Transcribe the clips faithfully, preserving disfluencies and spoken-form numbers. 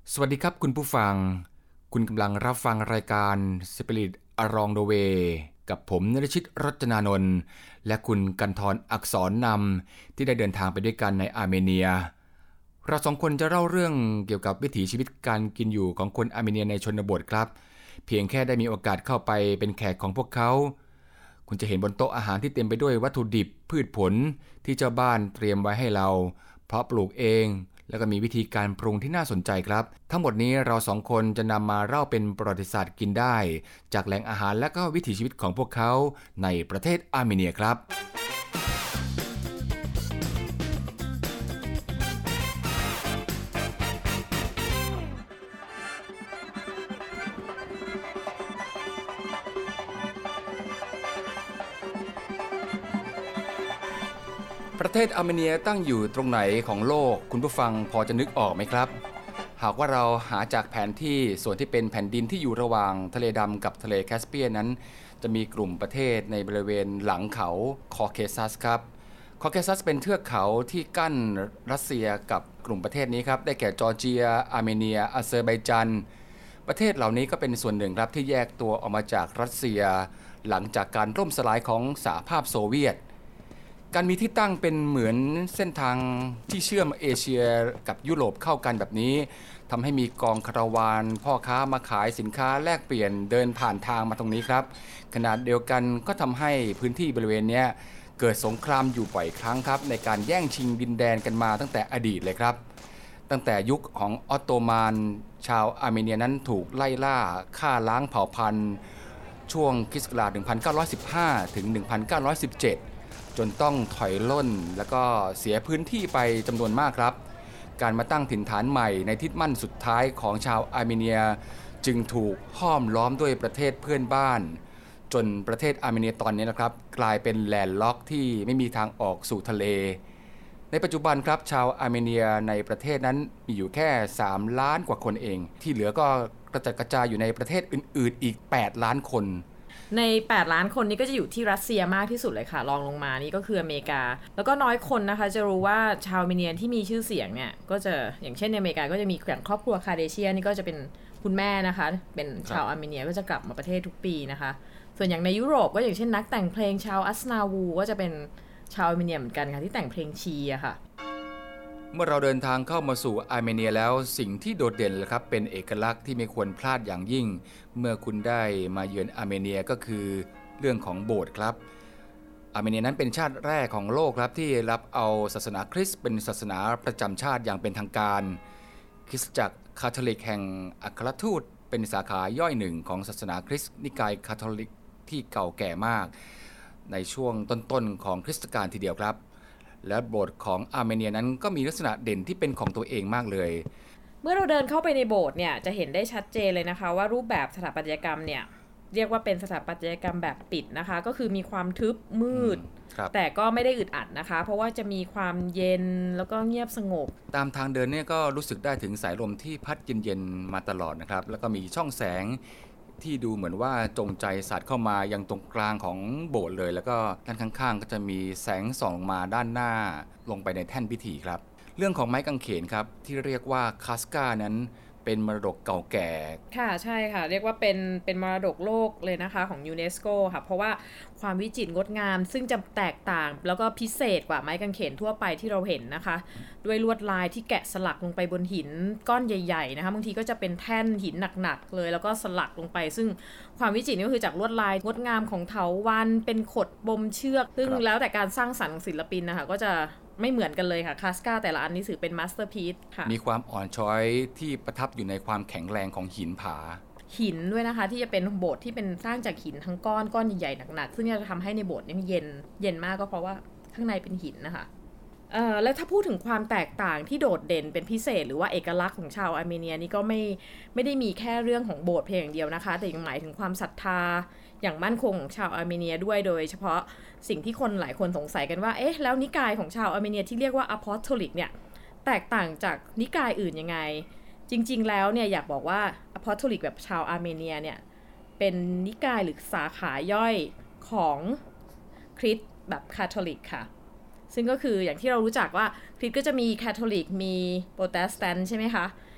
สวัสดีครับคุณผู้ฟังคุณกำลังรับฟังรายการ Spirit Along the Way กับผมนฤชิตรจนานนท์และคุณกันธรอักษรนำที่ได้เดินทางไปด้วยกันในอาร์เมเนียเราสองคนจะเล่าเรื่องเกี่ยวกับวิถีชีวิตการกินอยู่ของคนอาร์เมเนียในชนบทครับเพียงแค่ได้มีโอกาสเข้าไปเป็นแขกของพวกเขาคุณจะเห็นบนโต๊ะอาหารที่เต็มไปด้วยวัตถุดิบพืชผลที่เจ้าบ้านเตรียมไว้ให้เราเพราะปลูกเองแล้วก็มีวิธีการปรุงที่น่าสนใจครับทั้งหมดนี้เราสองคนจะนำมาเล่าเป็นประวัติศาสตร์กินได้จากแหล่งอาหารและก็วิถีชีวิตของพวกเขาในประเทศอาร์เมเนียครับประเทศอาร์เมเนียตั้งอยู่ตรงไหนของโลกคุณผู้ฟังพอจะนึกออกไหมครับหากว่าเราหาจากแผนที่ส่วนที่เป็นแผ่นดินที่อยู่ระหว่างทะเลดำกับทะเลแคสเปียนนั้นจะมีกลุ่มประเทศในบริเวณหลังเขาคอเคซัสครับคอเคซัสเป็นเทือกเขาที่กั้นรัสเซียกับกลุ่มประเทศนี้ครับได้แก่จอร์เจียอาร์เมเนียอาเซอร์ไบจานประเทศเหล่านี้ก็เป็นส่วนหนึ่งครับที่แยกตัวออกมาจากรัสเซียหลังจากการล่มสลายของสหภาพโซเวียตการมีที่ตั้งเป็นเหมือนเส้นทางที่เชื่อมเอเชียกับยุโรปเข้ากันแบบนี้ทำให้มีกองคาราวานพ่อค้ามาขายสินค้าแลกเปลี่ยนเดินผ่านทางมาตรงนี้ครับขณะเดียวกันก็ทำให้พื้นที่บริเวณนี้เกิดสงครามอยู่บ่อยครั้งครับในการแย่งชิงดินแดนกันมาตั้งแต่อดีตเลยครับตั้งแต่ยุคของออตโตมันชาวอาร์เมเนียนั้นถูกไล่ล่าฆ่าล้างเผ่าพันธุ์ช่วงคริสต์ศักราชหนึ่งพันเก้าร้อยสิบห้าถึงหนึ่งพันเก้าร้อยสิบเจ็ดจนต้องถอยล่นแล้วก็เสียพื้นที่ไปจำนวนมากครับการมาตั้งถิ่นฐานใหม่ในทิศมั่นสุดท้ายของชาวอาร์เมเนียจึงถูกห้อมล้อมด้วยประเทศเพื่อนบ้านจนประเทศอาร์เมเนียตอนนี้นะครับกลายเป็นแลนด์ล็อกที่ไม่มีทางออกสู่ทะเลในปัจจุบันครับชาวอาร์เมเนียในประเทศนั้นมีอยู่แค่สามล้านกว่าคนเองที่เหลือก็กระจัดกระจายอยู่ในประเทศอื่นๆอีกแปดล้านคนในแปดล้านคนนี้ก็จะอยู่ที่รัสเซียมากที่สุดเลยค่ะรองลงมานี่ก็คืออเมริกาแล้วก็น้อยคนนะคะจะรู้ว่าชาวอาร์เมเนียที่มีชื่อเสียงเนี่ยก็จะอย่างเช่นในอเมริกาก็จะมีอย่างครอบครัวคาเดเชียนี่ก็จะเป็นคุณแม่นะคะเป็นชาวอาร์เมเนียก็จะกลับมาประเทศทุกปีนะคะส่วนอย่างในยุโรปก็อย่างเช่นนักแต่งเพลงชาวอัสนาวูก็จะเป็นชาวอาร์เมเนียเหมือนกันค่ะที่แต่งเพลงชีอะค่ะเมื่อเราเดินทางเข้ามาสู่อาร์เมเนียแล้วสิ่งที่โดดเด่นเลยครับเป็นเอกลักษณ์ที่ไม่ควรพลาดอย่างยิ่งเมื่อคุณได้มาเยือนอาร์เมเนียก็คือเรื่องของโบสถ์ครับอาร์เมเนียนั้นเป็นชาติแรกของโลกครับที่รับเอาศาสนาคริสต์เป็นศาสนาประจำชาติอย่างเป็นทางการคริสตจักรคาทอลิกแห่งอัครทูตเป็นสาขาย่อยหนึ่งของศาสนาคริสต์นิกายคาทอลิกที่เก่าแก่มากในช่วงต้นๆของคริสตกาลทีเดียวครับและโบสถ์ของอาร์เมเนียนั้นก็มีลักษณะเด่นที่เป็นของตัวเองมากเลยเมื่อเราเดินเข้าไปในโบสถ์เนี่ยจะเห็นได้ชัดเจนเลยนะคะว่ารูปแบบสถาปัตยกรรมเนี่ยเรียกว่าเป็นสถาปัตยกรรมแบบปิดนะคะก็คือมีความทึบมืดแต่ก็ไม่ได้อึดอัดนะคะเพราะว่าจะมีความเย็นแล้วก็เงียบสงบตามทางเดินเนี่ยก็รู้สึกได้ถึงสายลมที่พัดเย็นๆมาตลอดนะครับแล้วก็มีช่องแสงที่ดูเหมือนว่าจงใจสาดเข้ามายังตรงกลางของโบสถ์เลยแล้วก็ด้านข้างๆก็จะมีแสงส่องมาด้านหน้าลงไปในแท่นพิธีครับเรื่องของไม้กางเขนครับที่เรียกว่าคาสกานั้นเป็นมรดกเก่าแก่ค่ะใช่ค่ะเรียกว่าเป็นเป็นมรดกโลกเลยนะคะของยูเนสโกค่ะเพราะว่าความวิจิตรงดงามซึ่งจะแตกต่างแล้วก็พิเศษกว่าไม้กางเขนทั่วไปที่เราเห็นนะคะด้วยลวดลายที่แกะสลักลงไปบนหินก้อนใหญ่ๆนะคะบางทีก็จะเป็นแท่นหินหนักๆเลยแล้วก็สลักลงไปซึ่งความวิจิตรนี่ก็คือจากลวดลายงดงามของเถาวัลย์เป็นขดบมเชือกซึ่งแล้วแต่การสร้างสรรค์ของศิลปินนะคะก็จะไม่เหมือนกันเลยค่ะคาสกาแต่ละอันนี้ถือเป็นมาสเตอร์พีซค่ะมีความอ่อนช้อยที่ประทับอยู่ในความแข็งแรงของหินผาหินด้วยนะคะที่จะเป็นโบสถ์ที่เป็นสร้างจากหินทั้งก้อนก้อนใหญ่ๆหนักๆซึ่งจะทำให้ในโบสถ์นี้เย็นเย็นมากก็เพราะว่าข้างในเป็นหินนะคะเอ่อแล้วถ้าพูดถึงความแตกต่างที่โดดเด่นเป็นพิเศษหรือว่าเอกลักษณ์ของชาวอาร์เมเนียนี่ก็ไม่ไม่ได้มีแค่เรื่องของโบสถ์เพียงอย่างเดียวนะคะแต่ยังหมายถึงความศรัทธาอย่างมั่นคงของชาวอาร์เมเนียด้วยโดยเฉพาะสิ่งที่คนหลายคนสงสัยกันว่าเอ๊ะแล้วนิกายของชาวอาร์เมเนียที่เรียกว่าอะพอสโทลิกเนี่ยแตกต่างจากนิกายอื่นยังไงจริงๆแล้วเนี่ยอยากบอกว่าอะพอสโทลิกแบบชาวอาร์เมเนียเนี่ยเป็นนิกายหรือสาขาย่อยของคริสต์แบบคาทอลิกค่ะซึ่งก็คืออย่างที่เรารู้จักว่าคริสต์ก็จะมีคาทอลิกมีโปรเตสแตนต์ใช่ไหมคะ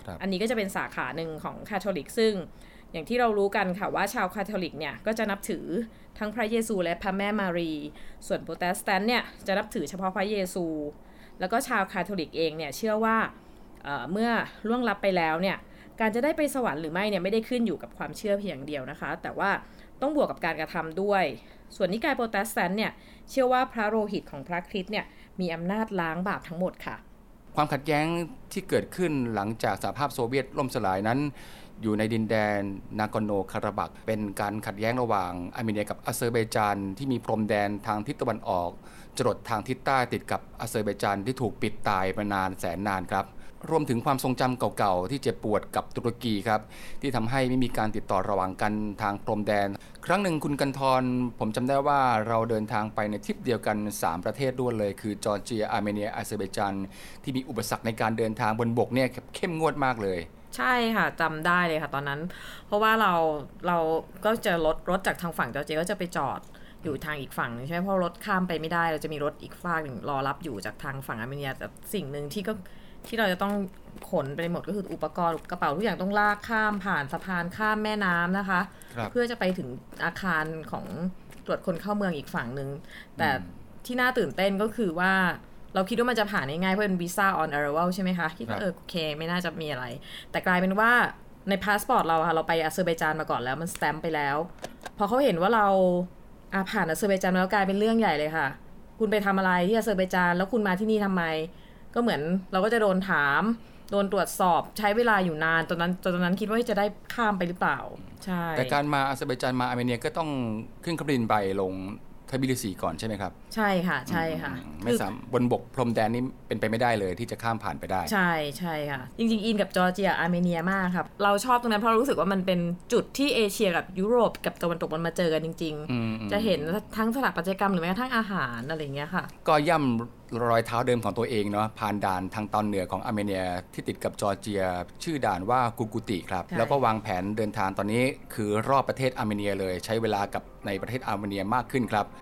อันนี้ก็จะเป็นสาขาหนึ่งของคาทอลิกซึ่งอย่างที่เรารู้กันค่ะว่าชาวคาทอลิกเนี่ยก็จะนับถือทั้งพระเยซูและพระแม่มารีส่วนโปรเตสแตนต์เนี่ยจะนับถือเฉพาะพระเยซูแล้วก็ชาวคาทอลิกเองเนี่ยเชื่อว่า เอ่อ เมื่อล่วงลับไปแล้วเนี่ยการจะได้ไปสวรรค์หรือไม่เนี่ยไม่ได้ขึ้นอยู่กับความเชื่อเพียงเดียวนะคะแต่ว่าต้องบวกกับการกระทำด้วยส่วนนิกายโปรเตสแตนต์เนี่ยเชื่อว่าพระโลหิตของพระคริสต์เนี่ยมีอำนาจล้างบาปทั้งหมดค่ะความขัดแย้งที่เกิดขึ้นหลังจากสหภาพโซเวียตล่มสลายนั้นอยู่ในดินแดนนากอร์โนคาราบัคเป็นการขัดแย้งระหว่างอาร์เมเนียกับอาเซอร์ไบจานที่มีพรมแดนทางทิศตะวันออกจรดทางทิศใต้ติดกับอาเซอร์ไบจานที่ถูกปิดตายมานานแสนนานครับรวมถึงความทรงจำเก่าๆที่เจ็บปวดกับตุรกีครับที่ทำให้ไม่มีการติดต่อระหว่างกันทางพรมแดนครั้งหนึ่งคุณกันทรผมจำได้ว่าเราเดินทางไปในทริปเดียวกันสามประเทศด้วยเลยคือจอร์เจียอาร์เมเนียอาเซอร์ไบจานที่มีอุปสรรคในการเดินทางบนบกเนี่ยเข้มงวดมากเลยใช่ค่ะจำได้เลยค่ะตอนนั้นเพราะว่าเราเราก็จะรถรถจากทางฝั่งจอร์เจียก็จะไปจอดอยู่ทางอีกฝั่งใช่ไหมเพราะรถข้ามไปไม่ได้เราจะมีรถอีกฝั่งหนึ่งรอรับอยู่จากทางฝั่งอาร์เมเนียแต่สิ่งหนึ่งที่ก็ที่เราจะต้องขนไปหมดก็คืออุปกรณ์กระเป๋าทุกอย่างต้องลากข้ามผ่านสะพานข้ามแม่น้ำนะคะเพื่อจะไปถึงอาคารของตรวจคนเข้าเมืองอีกฝั่งหนึ่งแต่ที่น่าตื่นเต้นก็คือว่าเราคิดว่ามันจะผ่านง่ายๆเพราะเป็นวีซ่า on arrival ใช่ไหมคะคิดว่าเออโอเคไม่น่าจะมีอะไรแต่กลายเป็นว่าในพาสปอร์ตเราค่ะเราไปอาเซอร์ไบจานมาก่อนแล้วมันสแตมป์ไปแล้วพอเขาเห็นว่าเราอาผ่านอาเซอร์ไบจานแล้วกลายเป็นเรื่องใหญ่เลยค่ะคุณไปทำอะไรที่อาเซอร์ไบจานแล้วคุณมาที่นี่ทำไมก็เหมือนเราก็จะโดนถามโดนตรวจสอบใช้เวลาอยู่นานตอนนั้นตอนนั้นคิดว่าจะได้ข้ามไปหรือเปล่าใช่แต่การมาอาเซอร์ไบจานมาอาร์เมเนียก็ต้องขึ้นเครื่องบินไปลงทบิลิซีก่อนใช่ไหมครับใช่ค่ะใช่ค่ะไม่สามบนบกพรมแดนนี่เป็นไปไม่ได้เลยที่จะข้ามผ่านไปได้ใช่ใช่ค่ะจริงๆอินกับจอร์เจียอาร์เมเนียมากครับเราชอบตรงนั้นเพราะรู้สึกว่ามันเป็นจุดที่เอเชียกับยุโรปกับตะวันตกมันมาเจอกันจริงๆจะเห็นทั้งสถาปัตยกรรมหรือแม้กระทั่งอาหารอะไรอย่างเงี้ยค่ะก็ย่ำรอยเท้าเดิมของตัวเองเนาะผ่านด่านทางตอนเหนือของอาร์เมเนียที่ติดกับจอร์เจียชื่อด่านว่ากูกูติครับแล้วก็วางแผนเดินทางตอนนี้คือรอบประเทศอาร์เมเนียเลยใช้เวลากับในประเทศอาร์เมเนียมากขึ้นครับ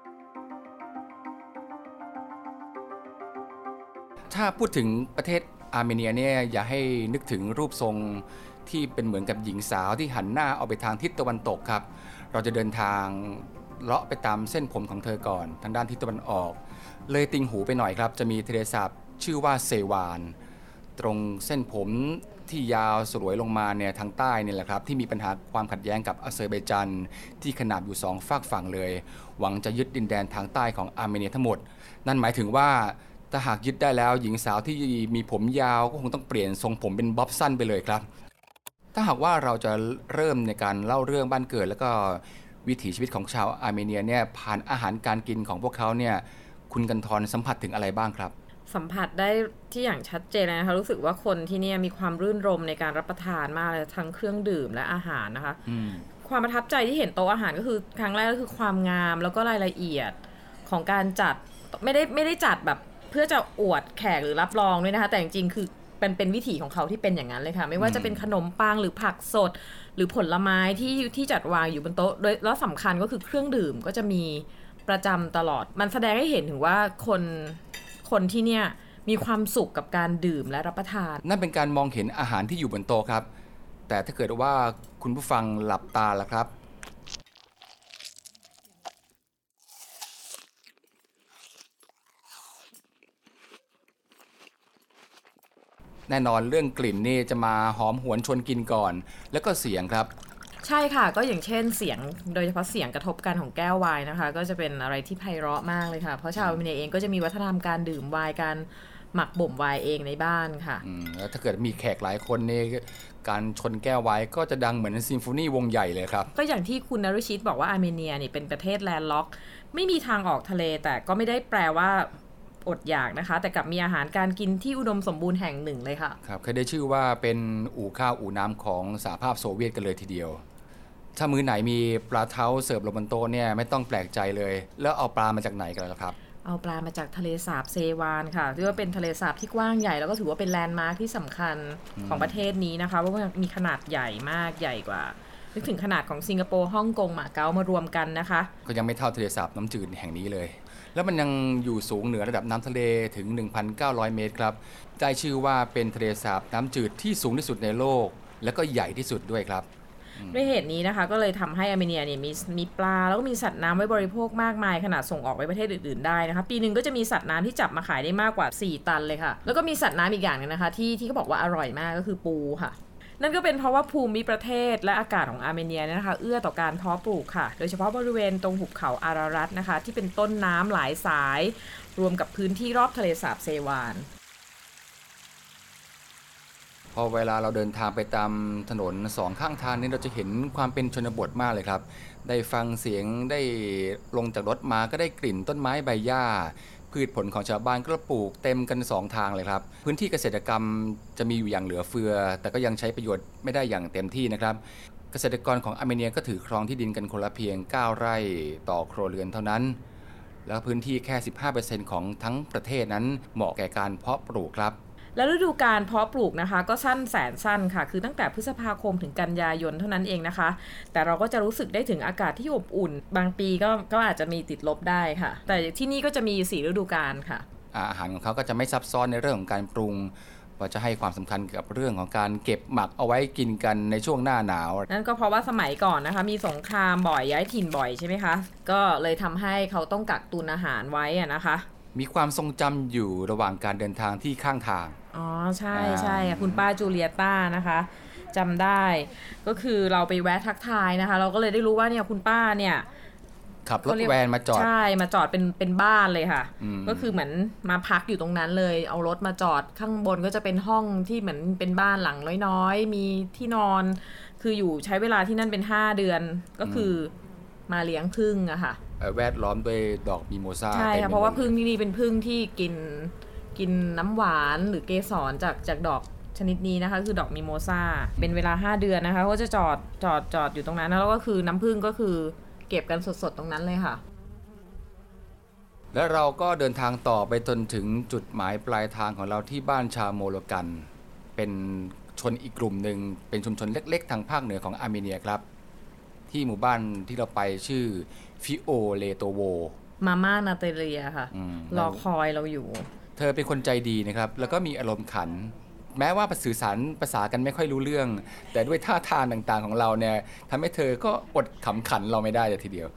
ถ้าพูดถึงประเทศอาร์เมเนียเนี่ยอย่าให้นึกถึงรูปทรงที่เป็นเหมือนกับหญิงสาวที่หันหน้าออกไปทางทิศตะวันตกครับเราจะเดินทางเลาะไปตามเส้นผมของเธอก่อนทางด้านทิศตะวันออกเลยติงหูไปหน่อยครับจะมีทะเลสาบชื่อว่าเซวานตรงเส้นผมที่ยาวสวยลงมาเนี่ยทางใต้นี่แหละครับที่มีปัญหาความขัดแย้งกับอาเซอร์ไบจานที่ขนาบอยู่สองฝากฝั่งเลยหวังจะยึดดินแดนทางใต้ของอาร์เมเนียทั้งหมดนั่นหมายถึงว่าถ้าหากยึดได้แล้วหญิงสาวที่มีผมยาวก็คงต้องเปลี่ยนทรงผมเป็นบ๊อบสั้นไปเลยครับถ้าหากว่าเราจะเริ่มในการเล่าเรื่องบ้านเกิดแล้วก็วิถีชีวิตของชาวอาร์เมเนียเนี่ยผ่านอาหารการกินของพวกเขาเนี่ยคุณกันทรสัมผัสถึงอะไรบ้างครับสัมผัสได้ที่อย่างชัดเจนเลยนะคะรู้สึกว่าคนที่นี่มีความรื่นรมในการรับประทานมากเลยทั้งเครื่องดื่มและอาหารนะคะความประทับใจที่เห็นโต๊ะอาหารก็คือครั้งแรกก็คือความงามแล้วก็รายละเอียดของการจัดไม่ได้ไม่ได้จัดแบบเพื่อจะอวดแขกหรือรับรองด้วยนะคะแต่จริงๆคือเป็นเป็นวิถีของเขาที่เป็นอย่างนั้นเลยค่ะไม่ว่าจะเป็นขนมปังหรือผักสดหรือผลไม้ที่ที่จัดวางอยู่บนโต๊ะโดยแล้วสำคัญก็คือเครื่องดื่มก็จะมีประจำตลอดมันแสดงให้เห็นถึงว่าคนคนที่เนี่ยมีความสุขกับการดื่มและรับประทานนั่นเป็นการมองเห็นอาหารที่อยู่บนโต๊ะครับแต่ถ้าเกิดว่าคุณผู้ฟังหลับตาล่ะครับแน่นอนเรื่องกลิ่นนี่จะมาหอมหวนชวนกินก่อนแล้วก็เสียงครับใช่ค่ะก็อย่างเช่นเสียงโดยเฉพาะเสียงกระทบกันของแก้วไวน์นะคะก็จะเป็นอะไรที่ไพเราะมากเลยค่ะเพราะชาวอาร์เมเนียเองก็จะมีวัฒนธรรมการดื่มไวน์การหมักบ่มไวน์เองในบ้านค่ะแล้วถ้าเกิดมีแขกหลายคนนี่การชนแก้วไวน์ก็จะดังเหมือนซิมโฟนีวงใหญ่เลยครับก็อย่างที่คุณนฤชิตบอกว่าอาร์เมเนียนี่เป็นประเทศแลนด์ล็อกไม่มีทางออกทะเลแต่ก็ไม่ได้แปลว่าอดอยากนะคะแต่กลับมีอาหารการกินที่อุดมสมบูรณ์แห่งหนึ่งเลยค่ะครับเคยได้ชื่อว่าเป็นอู่ข้าวอู่น้ำของสหภาพโซเวียตกันเลยทีเดียวถ้ามื้อไหนมีปลาเท้าเสิร์ฟลงบนโต๊ะเนี่ยไม่ต้องแปลกใจเลยแล้วเอาปลามาจากไหนกันล่ะครับเอาปลามาจากทะเลสาบเซวานค่ะที่ว่าเป็นทะเลสาบที่กว้างใหญ่แล้วก็ถือว่าเป็นแลนด์มาร์คที่สำคัญของประเทศนี้นะคะเพราะว่ามีขนาดใหญ่มากใหญ่กว่านึกถึงขนาดของสิงคโปร์ฮ่องกงหมาเก๊ามารวมกันนะคะก็ยังไม่เท่าทะเลสาบน้ำจืดแห่งนี้เลยแล้วมันยังอยู่สูงเหนือระดับน้ำทะเลถึง หนึ่งพันเก้าร้อย เมตรครับได้ชื่อว่าเป็นทะเลสาบน้ำจืดที่สูงที่สุดในโลกและก็ใหญ่ที่สุดด้วยครับด้วยเหตุนี้นะคะก็เลยทำให้อาร์เมเนียเนี่ยมีมีปลาแล้วก็มีสัตว์น้ำไว้บริโภคมากมายขนาดส่งออกไปประเทศอื่นๆได้นะคะปีนึงก็จะมีสัตว์น้ำที่จับมาขายได้มากกว่าสี่ตันเลยค่ะแล้วก็มีสัตว์น้ำอีกอย่างนึงนะคะที่ที่เขาบอกว่าอร่อยมากก็คือปูค่ะนั่นก็เป็นเพราะว่าภูมิประเทศและอากาศของอาร์เมเนียนะคะเอื้อต่อการเพาะปลูกค่ะโดยเฉพาะบริเวณตรงหุบเขาอารารัตนะคะที่เป็นต้นน้ำหลายสายรวมกับพื้นที่รอบทะเลสาบเซวานพอเวลาเราเดินทางไปตามถนนสองข้างทางนี้เราจะเห็นความเป็นชนบทมากเลยครับได้ฟังเสียงได้ลงจากรถมาก็ได้กลิ่นต้นไม้ใบหญ้าพืชผลของชาวบ้านก็ปลูกเต็มกันสองทางเลยครับพื้นที่เกษตรกรรมจะมีอยู่อย่างเหลือเฟือแต่ก็ยังใช้ประโยชน์ไม่ได้อย่างเต็มที่นะครับเกษตรกรของอาร์เมเนียก็ถือครองที่ดินกันคนละเพียงเก้าไร่ต่อครัวเรือนเท่านั้นแล้วพื้นที่แค่ สิบห้าเปอร์เซ็นต์ ของทั้งประเทศนั้นเหมาะแก่การเพาะปลูกครับและฤดูการเพาะปลูกนะคะก็สั้นแสนสั้นค่ะคือตั้งแต่พฤษภาคมถึงกันยายนเท่านั้นเองนะคะแต่เราก็จะรู้สึกได้ถึงอากาศที่อบอุ่นบางปีก็ก็อาจจะมีติดลบได้ค่ะแต่ที่นี่ก็จะมีสี่ฤดูกาลค่ะอาหารของเขาก็จะไม่ซับซ้อนในเรื่องของการปรุงว่าจะให้ความสำคัญกับเรื่องของการเก็บหมักเอาไว้กินกันในช่วงหน้าหนาวนั่นก็เพราะว่าสมัยก่อนนะคะมีสงครามบ่อยย้ายถิ่นบ่อยใช่ไหมคะก็เลยทำให้เขาต้องกักตุนอาหารไว้อะนะคะมีความทรงจำอยู่ระหว่างการเดินทางที่ข้างทางอ๋อใช่ใช่คุณป้าจูเลียต้านะคะจำได้ก็คือเราไปแวะทักทายนะคะเราก็เลยได้รู้ว่าเนี่ยคุณป้าเนี่ยขับรถแวนมาจอดใช่มาจอดเป็นเป็นบ้านเลยค่ะก็คือเหมือนมาพักอยู่ตรงนั้นเลยเอารถมาจอดข้างบนก็จะเป็นห้องที่เหมือนเป็นบ้านหลังน้อยๆมีที่นอนคืออยู่ใช้เวลาที่นั่นเป็นห้าเดือนก็คือมาเลี้ยงผึ้งอะค่ะแวดล้อมด้วยดอกมิโมซาใช่ค่ะเพราะว่าผึ้งที่นี่เป็นผึ้งที่กินกินน้ำหวานหรือเกสรจากจากดอกชนิดนี้นะคะคือดอกมิโมซาเป็นเวลาห้าเดือนนะคะเขาจะจอดจอดจอดอยู่ตรงนั้นแล้วก็คือน้ำผึ้งก็คือเก็บกันสดๆตรงนั้นเลยค่ะและเราก็เดินทางต่อไปจนถึงจุดหมายปลายทางของเราที่บ้านชาวโมโลกันเป็นชนอีกกลุ่มหนึ่งเป็นชุมชนเล็กๆทางภาคเหนือของอาร์เมเนียครับที่หมู่บ้านที่เราไปชื่อฟิโอเลโตโวมาม่านาเตเลียค่ะรอคอยเราอยู่เธอเป็นคนใจดีนะครับแล้วก็มีอารมณ์ขันแม้ว่าสื่อสารภาษากันไม่ค่อยรู้เรื่องแต่ด้วยท่าทางต่างๆของเราเนี่ยทำให้เธอก็อดขำขันเราไม่ได้เลยทีเดียว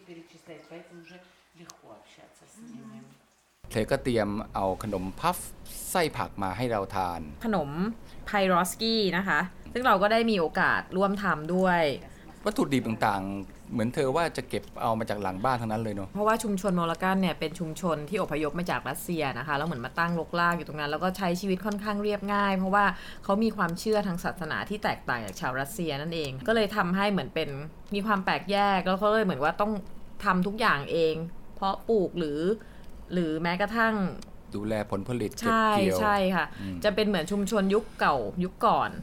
เธอก็เตรียมเอาขนมพัฟไส้ผักมาให้เราทานขนมไพรอสกี้นะคะซึ่งเราก็ได้มีโอกาสร่วมทำด้วยวัตถุดิบต่างๆเหมือนเธอว่าจะเก็บเอามาจากหลังบ้านทั้งนั้นเลยเนาะเพราะว่าชุมชนโมลากันเนี่ยเป็นชุมชนที่อพยพมาจากรัสเซียนะคะแล้วเหมือนมาตั้งรกรากอยู่ตรงนั้นแล้วก็ใช้ชีวิตค่อนข้างเรียบง่ายเพราะว่าเขามีความเชื่อทางศาสนาที่แตกต่างจากชาวรัสเซียนั่นเองก็เลยทำให้เหมือนเป็นมีความแปลกแยกแล้วเขาเลยเหมือนว่าต้องทำทุกอย่างเองเพราะปลูกหรือหรือแม้กระทั่งดูแลผลผลิตเก็บเกี่ยวใช่ค่ะจะเป็นเหมือนชุมชนยุคเก่ายุคก่อน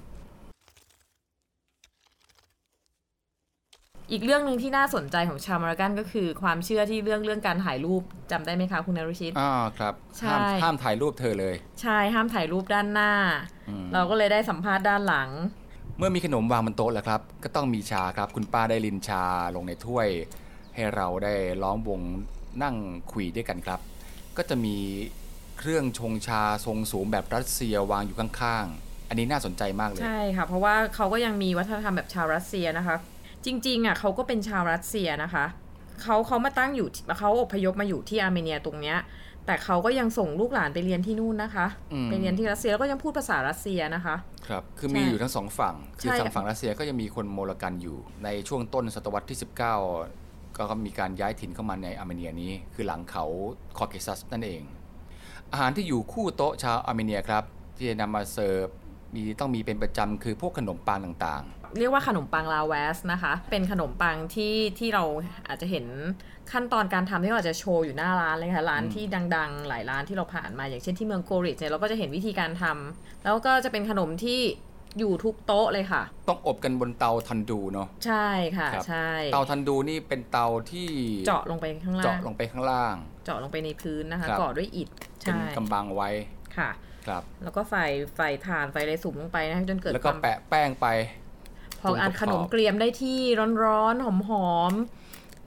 อีกเรื่องนึงที่น่าสนใจของชาวมารากันก็คือความเชื่อที่เรื่องเรื่องการถ่ายรูปจำได้ไหมคะคุณนฤชิตอ๋อครับห้ามห้ามถ่ายรูปเธอเลยใช่ห้ามถ่ายรูปด้านหน้าเราก็เลยได้สัมภาษณ์ด้านหลังเมื่อมีขนมวางบนโต๊ะแล้วครับก็ต้องมีชาครับคุณป้าได้ลินชาลงในถ้วยให้เราได้ล้อมวงนั่งคุยด้วยกันครับก็จะมีเครื่องชงชาทรงสูงแบบรัสเซียวางอยู่ข้างๆอันนี้น่าสนใจมากเลยใช่ค่ะเพราะว่าเขาก็ยังมีวัฒนธรรมแบบชาวรัสเซียนะคะจริงๆอ่ะเขาก็เป็นชาวรัสเซียนะคะเขาเขามาตั้งอยู่เขาอพยพมาอยู่ที่อาร์เมเนียตรงเนี้ยแต่เขาก็ยังส่งลูกหลานไปเรียนที่นู่นนะคะไปเรียนที่รัสเซียแล้วก็ยังพูดภาษารัสเซียนะคะครับคือมีอยู่ทั้งสองฝั่งคือทางฝั่งรัสเซียก็ยังมีคนโมลากันอยู่ในช่วงต้นศตวรรษที่สิบเก้าก็มีการย้ายถิ่นเข้ามาในอาร์เมเนียนี้คือหลังเขาคอเคซัสนั่นเองอาหารที่อยู่คู่โต๊ะชาวอาร์เมเนียครับที่จะนำมาเสิร์ฟมีต้องมีเป็นประจำคือพวกขนมปังต่างๆเรียกว่าขนมปังลาเวสนะคะเป็นขนมปังที่ที่เราอาจจะเห็นขั้นตอนการทำที่เราอาจจะโชว์อยู่หน้าร้านเลยค่ะร้านที่ดังๆหลายร้านที่เราผ่านมาอย่างเช่นที่เมืองโกริชเนี่ยเราก็จะเห็นวิธีการทำแล้วก็จะเป็นขนมที่อยู่ทุกโต๊ะเลยค่ะต้องอบกันบนเตาทันดูเนาะใช่ค่ะใช่เตาทันดูนี่เป็นเตาที่เจาะลงไปข้างล่างเจาะลงไปข้างล่างเจาะลงไปในพื้นนะคะก่อด้วยอิฐเป็นกำบังไว้ค่ะครับแล้วก็ใส่ไฟถ่านไฟอะไรสุ่มลงไปนะจนเกิดแล้วก็แปะแป้งไปพออันขนมเกรียมได้ที่ร้อนๆหอมๆ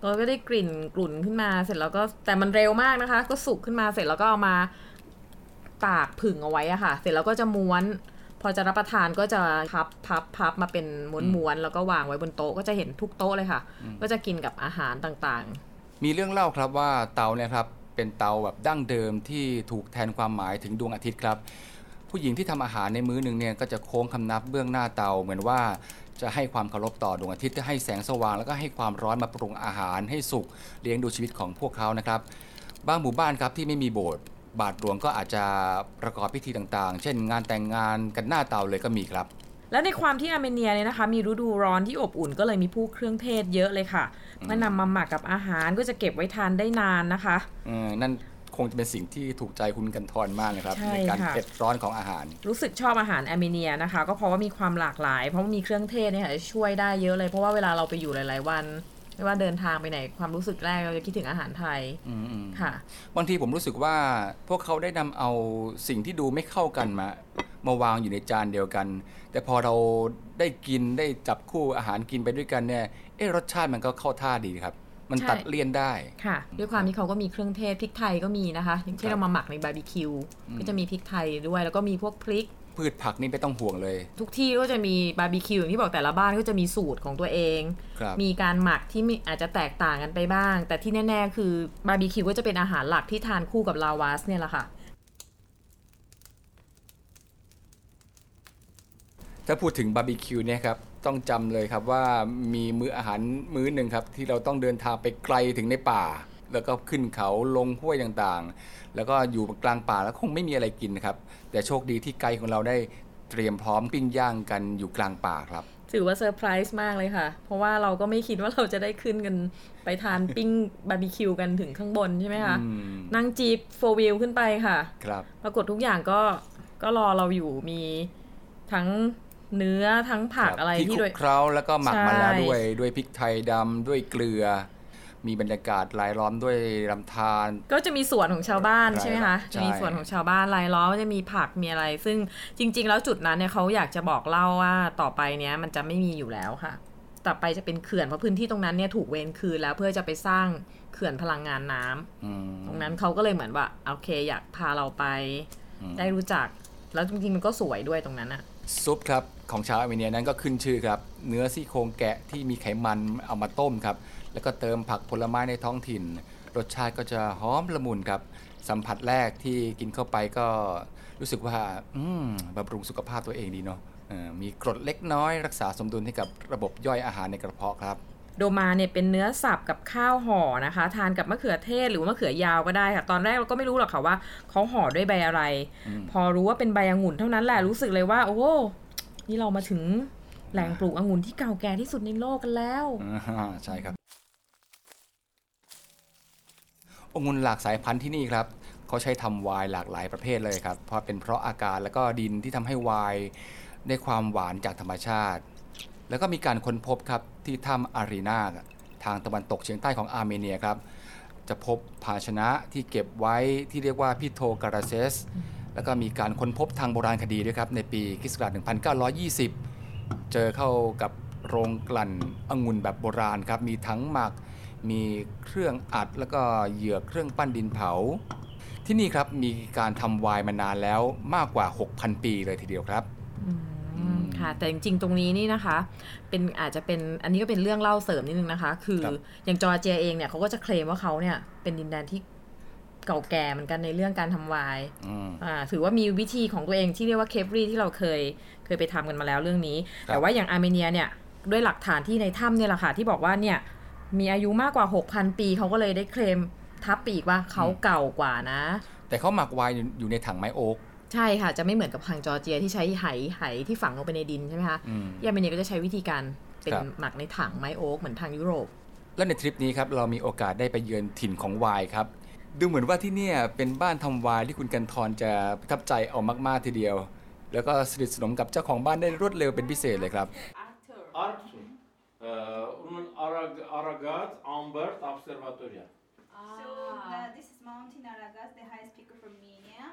ก็ได้กลิ่นกลุ่นขึ้นมาเสร็จแล้วก็แต่มันเร็วมากนะคะก็สุกขึ้นมาเสร็จแล้วก็เอามาตากผึ่งเอาไว้อะค่ะเสร็จแล้วก็จะม้วนพอจะรับประทานก็จะพับพับพับมาเป็นม้วนๆแล้วก็วางไว้บนโต๊ะก็จะเห็นทุกโต๊ะเลยค่ะก็จะกินกับอาหารต่างๆมีเรื่องเล่าครับว่าเตาเนี่ยครับเป็นเตาแบบดั้งเดิมที่ถูกแทนความหมายถึงดวงอาทิตย์ครับผู้หญิงที่ทำอาหารในมื้อหนึ่งเนี่ยก็จะโค้งคำนับเบื้องหน้าเตาเหมือนว่าจะให้ความเคารพต่อดวงอาทิตย์ให้แสงสว่างแล้วก็ให้ความร้อนมาปรุงอาหารให้สุกเลี้ยงดูชีวิตของพวกเขานะครับบางหมู่บ้านครับที่ไม่มีโบสถ์บาทหลวงก็อาจจะประกอบพิธีต่างๆเช่นงานแต่งงานกันหน้าเตาเลยก็มีครับและในความที่อาร์เมเนียเนี่ยนะคะมีฤดูร้อนที่อบอุ่นก็เลยมีพวกเครื่องเทศเยอะเลยค่ะเมื่อนำมาหมักกับอาหารก็จะเก็บไว้ทานได้นานนะคะอืมนั่นคงจะเป็นสิ่งที่ถูกใจคุณกันทรมากเลยครับ ใ, ในการเผ็ดร้อนของอาหารรู้สึกชอบอาหารอาร์เมเนียนะคะก็เพราะว่ามีความหลากหลายเพราะว่ามีเครื่องเทศเนี่ยช่วยได้เยอะเลยเพราะว่าเวลาเราไปอยู่หลายๆวันไม่ว่าเดินทางไปไหนความรู้สึกแรกเราจะคิดถึงอาหารไทยค่ะบางทีผมรู้สึกว่าพวกเขาได้นำเอาสิ่งที่ดูไม่เข้ากันมามาวางอยู่ในจานเดียวกันแต่พอเราได้กินได้จับคู่อาหารกินไปด้วยกันเนี่ยเอ๊ะรสชาติมันก็เข้าท่าดีครับมันตัดเลี่ยนได้ค่ะด้วยความที่เขาก็มีเครื่องเทศพริกไทยก็มีนะคะอย่างที่เรามาหมักในบาร์บีคิวก็จะมีพริกไทยด้วยแล้วก็มีพวกพริกพืชผักนี่ไม่ต้องห่วงเลยทุกที่ก็จะมีบาร์บีคิวอย่างที่บอกแต่ละบ้านก็จะมีสูตรของตัวเองมีการหมักที่อาจจะแตกต่างกันไปบ้างแต่ที่แน่ๆคือบาร์บีคิวก็จะเป็นอาหารหลักที่ทานคู่กับลาวาสเนี่ยแหละค่ะถ้าพูดถึงบาร์บีคิวเนี่ยครับต้องจำเลยครับว่ามีมื้ออาหารมื้อหนึ่งครับที่เราต้องเดินทางไปไกลถึงในป่าแล้วก็ขึ้นเขาลงห้วยต่างๆแล้วก็อยู่กลางป่าแล้วคงไม่มีอะไรกินนะครับแต่โชคดีที่ไกด์ของเราได้เตรียมพร้อมปิ้งย่างกันอยู่กลางป่าครับถือว่าเซอร์ไพรส์มากเลยค่ะเพราะว่าเราก็ไม่คิดว่าเราจะได้ขึ้นกันไปทานปิ้งบาร์บีคิวกันถึงข้างบนใช่ไหมคะนั่งจีปโฟร์วิลขึ้นไปค่ะครับปรากฏทุกอย่างก็ก็รอเราอยู่มีทั้งเนื้อทั้งผักอะไรที่คลุกเคล้าแล้วก็หมักมาแล้วด้วยด้วยพริกไทยดำด้วยเกลือมีบรรยากาศรายล้อมด้วยลำธารก็จะมีสวนของชาวบ้านใช่ไหมคะจะมีสวนของชาวบ้านรายล้อมจะมีผักมีอะไรซึ่งจริงๆแล้วจุดนั้นเนี่ยเขาอยากจะบอกเล่าว่าต่อไปเนี้ยมันจะไม่มีอยู่แล้วค่ะต่อไปจะเป็นเขื่อนเพราะพื้นที่ตรงนั้นเนี่ยถูกเวรคืนแล้วเพื่อจะไปสร้างเขื่อนพลังงานน้ำตรงนั้นเขาก็เลยเหมือนว่าโอเคอยากพาเราไปได้รู้จักแล้วจริงๆมันก็สวยด้วยตรงนั้นอะซุปครับของชาวอาร์เมเนียนั้นก็ขึ้นชื่อครับเนื้อซี่โครงแกะที่มีไขมันเอามาต้มครับแล้วก็เติมผักผลไม้ในท้องถิ่นรสชาติก็จะหอมละมุนครับสัมผัสแรกที่กินเข้าไปก็รู้สึกว่าอืมบำรุงสุขภาพตัวเองดีเนาะมีกรดเล็กน้อยรักษาสมดุลให้กับระบบย่อยอาหารในกระเพาะครับโดมาเนี่ยเป็นเนื้อสับกับข้าวห่อนะคะทานกับมะเขือเทศหรือมะเขือยาวก็ได้ค่ะตอนแรกเราก็ไม่รู้หรอกค่ะว่าเขาห่อด้วยใบอะไรพอรู้ว่าเป็นใบองุ่นเท่านั้นแหละรู้สึกเลยว่าโอ้นี่เรามาถึงแหล่งปลูกองุ่นที่เก่าแก่ที่สุดในโลกกันแล้วใช่ครับองุ่นหลากสายพันธุ์ที่นี่ครับเขาใช้ทำไวน์หลากหลายประเภทเลยครับเพราะเป็นเพราะอากาศและก็ดินที่ทำให้ไวน์ได้ความหวานจากธรรมชาติแล้วก็มีการค้นพบครับที่ถ้ำอารีนาทางตะวันตกเฉียงใต้ของอาร์เมเนียครับจะพบภาชนะที่เก็บไว้ที่เรียกว่าพิโทการาเซสแล้วก็มีการค้นพบทางโบราณคดีด้วยครับในปีค.ศ. หนึ่งพันเก้าร้อยยี่สิบเจอเข้ากับโรงกลั่นองุ่นแบบโบราณครับมีทั้งหมักมีเครื่องอัดแล้วก็เหยือกเครื่องปั้นดินเผาที่นี่ครับมีการทำไวน์มานานแล้วมากกว่า หกพัน ปีเลยทีเดียวครับค่ะแต่จริงๆตรงนี้นี่นะคะเป็นอาจจะเป็นอันนี้ก็เป็นเรื่องเล่าเสริมนิดนึงนะคะคืออย่างจอร์เจียเองเนี่ยเขาก็จะเคลมว่าเขาเนี่ยเป็นดินแดนที่เก่าแก่เหมือนกันในเรื่องการทำไวน์ถือว่ามีวิธีของตัวเองที่เรียกว่าเคฟรีที่เราเคยเคยไปทำกันมาแล้วเรื่องนี้แต่ว่าอย่างอาร์เมเนียเนี่ยด้วยหลักฐานที่ในถ้ำเนี่ยแหละค่ะที่บอกว่าเนี่ยมีอายุมากกว่า หกพัน ปีเขาก็เลยได้เคลมทับปีกว่าเขาเก่ากว่านะแต่เขาหมักไวน์อยู่ในถังไม้โอ๊กใช่ค่ะจะไม่เหมือนกับทางจอร์เจียที่ใช้ไหไหที่ฝังลงไปในดินใช่ไหมคะอาร์เมเนียก็จะใช้วิธีการเป็นหมักในถังไม้โอ๊กเหมือนทางยุโรปและในทริปนี้ครับเรามีโอกาสได้ไปเยือนถิ่นของไวน์ครับดูเหมือนว่าที่นี่เป็นบ้านทำไวน์ที่คุณกันทรจะประทับใจเอามากๆทีเดียวแล้วก็สนิทสนมกับเจ้าของบ้านได้รวดเร็วเป็นพิเศษเลยครับ Onun Aragaz Ambert Observatoria. So uh, this is Mountain Aragaz, the highest peak of Armenia. Mm-hmm.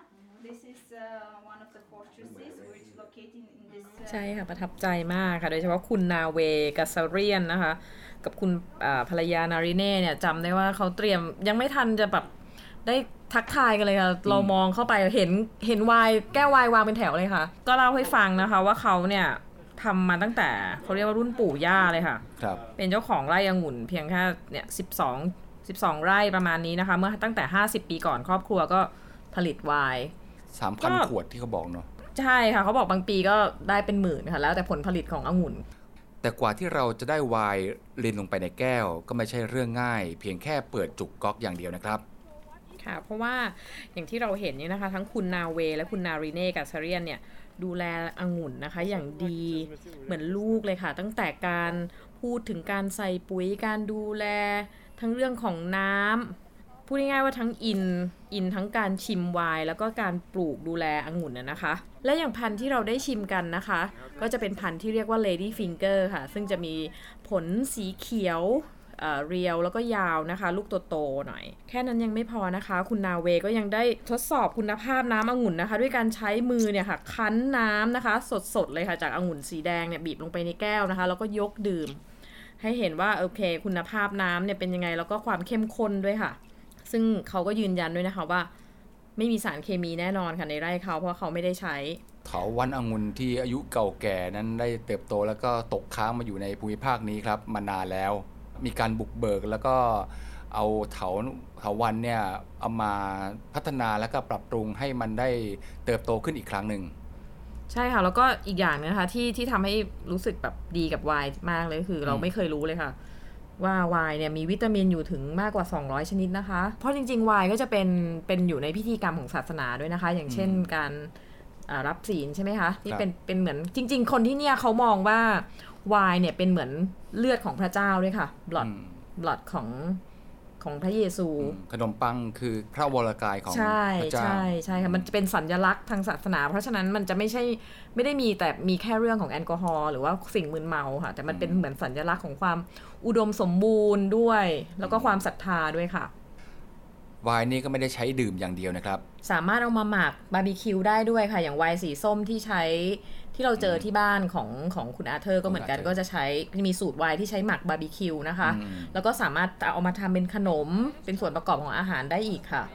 This is uh, one of the fortresses which located in this ใช่ค่ะประทับใจมากค่ะโดยเฉพาะคุณนาเวกัสเรียนนะคะกับคุณภรรยานาริเน่เนี่ยจำได้ว่าเขาเตรียมยังไม่ทันจะแบบได้ทักทายกันเลยค่ะเรามองเข้าไปเห็นเห็นไวน์แก้วไวน์วางเป็นแถวเลยค่ะก็เล่าให้ฟังนะคะว่าเขาเนี่ยทำมาตั้งแต่เขาเรียกว่ารุ่นปู่ย่าเลยค่ะครับเป็นเจ้าของไร่องุ่นเพียงแค่เนี่ยสิบสอง สิบสองไร่ประมาณนี้นะคะเมื่อตั้งแต่ห้าสิบปีก่อนครอบครัวก็ผลิตไวน์สามพัน ขวดที่เขาบอกเนาะใช่ค่ะเขาบอกบางปีก็ได้เป็นหมื่นค่ะแล้วแต่ผลผลิตขององุ่นแต่กว่าที่เราจะได้ไวน์รินลงไปในแก้วก็ไม่ใช่เรื่องง่ายเพียงแค่เปิดจุกก๊อกอย่างเดียวนะครับค่ะเพราะว่าอย่างที่เราเห็นนี่นะคะทั้งคุณนาเวและคุณนาริเน่กัสเรียนเนี่ยดูแลองุ่นนะคะอย่างดีเหมือนลูกเลยค่ะตั้งแต่การพูดถึงการใส่ปุ๋ยการดูแลทั้งเรื่องของน้ำพูดง่ายๆว่าทั้งอินอินทั้งการชิมไวน์แล้วก็การปลูกดูแลองุ่นนะคะและอย่างพันธุ์ที่เราได้ชิมกันนะคะก็จะเป็นพันธุ์ที่เรียกว่า Lady Finger ค่ะซึ่งจะมีผลสีเขียวเอ่อเรียวแล้วก็ยาวนะคะลูกโตๆหน่อยแค่นั้นยังไม่พอนะคะคุณนาเวก็ยังได้ทดสอบคุณภาพน้ำองุ่นนะคะด้วยการใช้มือเนี่ยค่ะคั้นน้ำนะคะสดๆเลยค่ะจากองุ่นสีแดงเนี่ยบีบลงไปในแก้วนะคะแล้วก็ยกดื่มให้เห็นว่าโอเคคุณภาพน้ำเนี่ยเป็นยังไงแล้วก็ความเข้มข้นด้วยค่ะซึ่งเขาก็ยืนยันด้วยนะคะว่าไม่มีสารเคมีแน่นอนค่ะในไร่เขาเพราะเขาไม่ได้ใช้เถาวัลย์องุ่นที่อายุเก่าแก่นั้นได้เติบโตแล้วก็ตกค้างมาอยู่ในภูมิภาคนี้ครับมานานแล้วมีการบุกเบิกแล้วก็เอาเถาเถาวัลย์เนี่ยเอามาพัฒนาแล้วก็ปรับปรุงให้มันได้เติบโตขึ้นอีกครั้งหนึ่งใช่ค่ะแล้วก็อีกอย่างนึงนะคะที่ที่ทำให้รู้สึกแบบดีกับไวน์มากเลยคือเราไม่เคยรู้เลยค่ะว่าไวน์เนี่ยมีวิตามินอยู่ถึงมากกว่าสองร้อยชนิดนะคะเพราะจริงๆไวน์ก็จะเป็นเป็นอยู่ในพิธีกรรมของศาสนาด้วยนะคะอย่างเช่นการรับศีลใช่ไหมคะที่เป็นเป็นเหมือนจริงๆคนที่เนี่ยเขามองว่าไวน์เนี่ยเป็นเหมือนเลือดของพระเจ้าด้วยค่ะ blood blood ของของพระเยซูขนมปังคือพระวรกายของพระเจ้าใช่ใช่ค่ะมันจะเป็นสัญลักษณ์ทางศาสนาเพราะฉะนั้นมันจะไม่ใช่ไม่ได้มีแต่มีแค่เรื่องของแอลกอฮอล์หรือว่าสิ่งมึนเมาค่ะแต่มันเป็นเหมือนสัญลักษณ์ของความอุดมสมบูรณ์ด้วยแล้วก็ความศรัทธาด้วยค่ะไวน์นี่ก็ไม่ได้ใช้ดื่มอย่างเดียวนะครับสามารถเอามาหมักบาร์บีคิวได้ด้วยค่ะอย่างไวน์สีส้มที่ใช้ที่เราเจอที่บ้านของของคุณอาร์เธอร์ก็เหมือนกันก็จะใช้มีสูตรไวน์ที่ใช้หมักบาร์บีคิวนะคะแล้วก็สามารถเอามาทำเป็นขนมเป็นส่วนประกอบของอาหารได้อีกค่ะ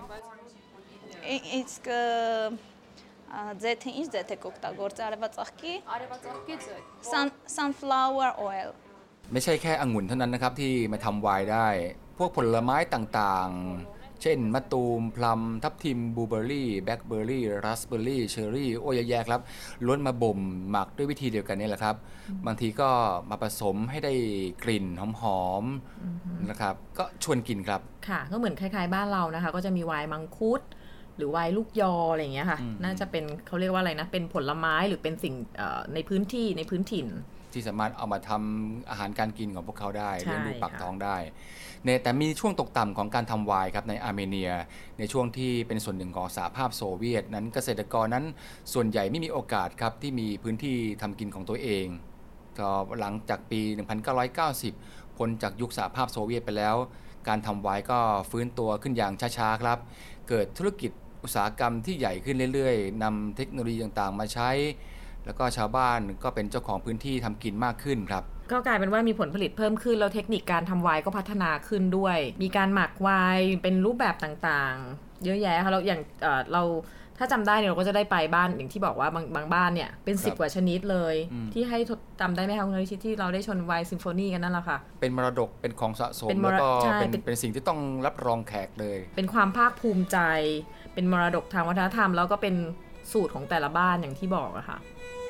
It's ձեթը ինչ ձեթ եք օգտագործել արևածաղկի արևածաղկի ձեթ sunflower oil ไม่ใช่แค่องุ่นเท่านั้นนะครับที่มาทำไวน์ได้พวกผลไม้ต่างๆเช่นมะตูมพลัมทับทิมบลูเบอร์รี่แบล็คเบอร์รี่ราสเบอร์รี่เชอร์รี่โอ้ยแยะครับล้วนมาบ่มหมักด้วยวิธีเดียวกันนี่แหละครับบางทีก็มาผสมให้ได้กลิ่นหอมๆนะครับก็ชวนกินครับค่ะก็เหมือนคล้ายๆบ้านเรานะคะก็จะมีไวน์มังคุดหรือไวน์ลูกยออะไรอย่างเงี้ยค่ะน่าจะเป็นเขาเรียกว่าอะไรนะเป็นผลไม้หรือเป็นสิ่งในพื้นที่ในพื้นถิ่นที่สามารถเอามาทำอาหารการกินของพวกเขาได้เลี้ยงดูปากท้องได้แต่มีช่วงตกต่ำของการทำไวน์ครับในอาร์เมเนียในช่วงที่เป็นส่วนหนึ่งของสหภาพโซเวียตนั้นเกษตรกรนั้นส่วนใหญ่ไม่มีโอกาสครับที่มีพื้นที่ทำกินของตัวเองก็หลังจากปีหนึ่งพันเก้าร้อยเก้าสิบพ้นจากยุคสหภาพโซเวียตไปแล้วการทำไวน์ก็ฟื้นตัวขึ้นอย่างช้าๆครับเกิดธุรกิจอุตสาหกรรมที่ใหญ่ขึ้นเรื่อยๆนำเทคโนโลยีต่างๆมาใช้แล้วก็ชาวบ้านก็เป็นเจ้าของพื้นที่ทำกินมากขึ้นครับก็กลายเป็นว่ามีผลผลิตเพิ่มขึ้นแล้วเทคนิคการทำไวน์ก็พัฒนาขึ้นด้วยมีการหมักไวน์เป็นรูปแบบต่างๆเยอะแยะค่ะเราอย่างเอ่อเราถ้าจำได้เนี่ยเราก็จะได้ไปบ้านอย่างที่บอกว่าบางบางบ้านเนี่ยเป็นสิบกว่าชนิดเลยที่ให้จำได้ไหมคะคุณนิชิตที่เราได้ชมไวน์ซิมโฟนีกันนั่นแหละค่ะเป็นมรดกเป็นของสะสมแล้วก็เป็นเป็นสิ่งที่ต้องรับรองแขกเลยเป็นความภาคภูมิใจเป็นมรดกทางวัฒนธรรมแล้วก็เป็นสูตรของแต่ละบ้านอย่างที่บอกอะค่ะ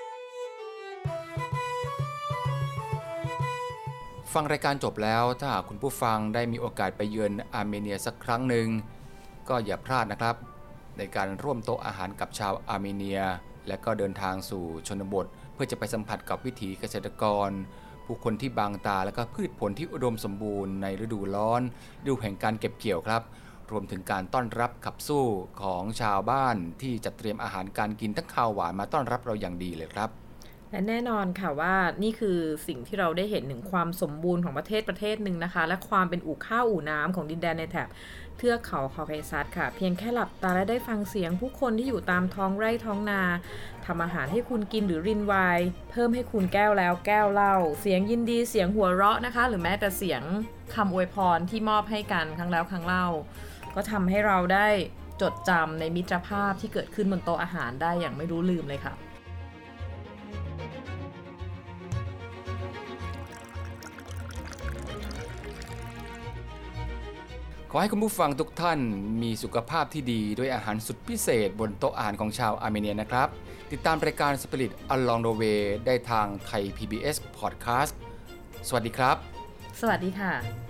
ฟังรายการจบแล้วถ้าหากคุณผู้ฟังได้มีโอกาสไปเยือนอาร์เมเนียสักครั้งหนึ่งก็อย่าพลาดนะครับในการร่วมโต๊ะอาหารกับชาวอาร์เมเนียและก็เดินทางสู่ชนบทเพื่อจะไปสัมผัสกับวิถีเกษตรกรผู้คนที่บางตาและก็พืชผลที่อุดมสมบูรณ์ในฤดูร้อนฤดูแห่งการเก็บเกี่ยวครับรวมถึงการต้อนรับขับสู้ของชาวบ้านที่จัดเตรียมอาหารการกินทั้งข้าวหวานมาต้อนรับเราอย่างดีเลยครับและแน่นอนค่ะว่านี่คือสิ่งที่เราได้เห็นถึงความสมบูรณ์ของประเทศประเทศหนึ่งนะคะและความเป็นอู่ข้าวอู่น้ำของดินแดนในแถบเทือกเขาคอเคซัสค่ะเพียงแค่หลับตาและได้ฟังเสียงผู้คนที่อยู่ตามท้องไร่ท้องนาทำอาหารให้คุณกินหรือรินไวน์เพิ่มให้คุณแก้วแล้วแก้วเล่าเสียงยินดีเสียงหัวเราะนะคะหรือแม้แต่เสียงคำอวยพรที่มอบให้กันครั้งแล้วครั้งเล่าก็ทำให้เราได้จดจำในมิตรภาพที่เกิดขึ้นบนโต๊ะอาหารได้อย่างไม่รู้ลืมเลยค่ะขอให้คุณผู้ฟังทุกท่านมีสุขภาพที่ดีด้วยอาหารสุดพิเศษบนโต๊ะอาหารของชาวอาร์เมเนียนะครับติดตามรายการ Spirit Along the Way ได้ทางไทย พี บี เอส Podcast สวัสดีครับสวัสดีค่ะ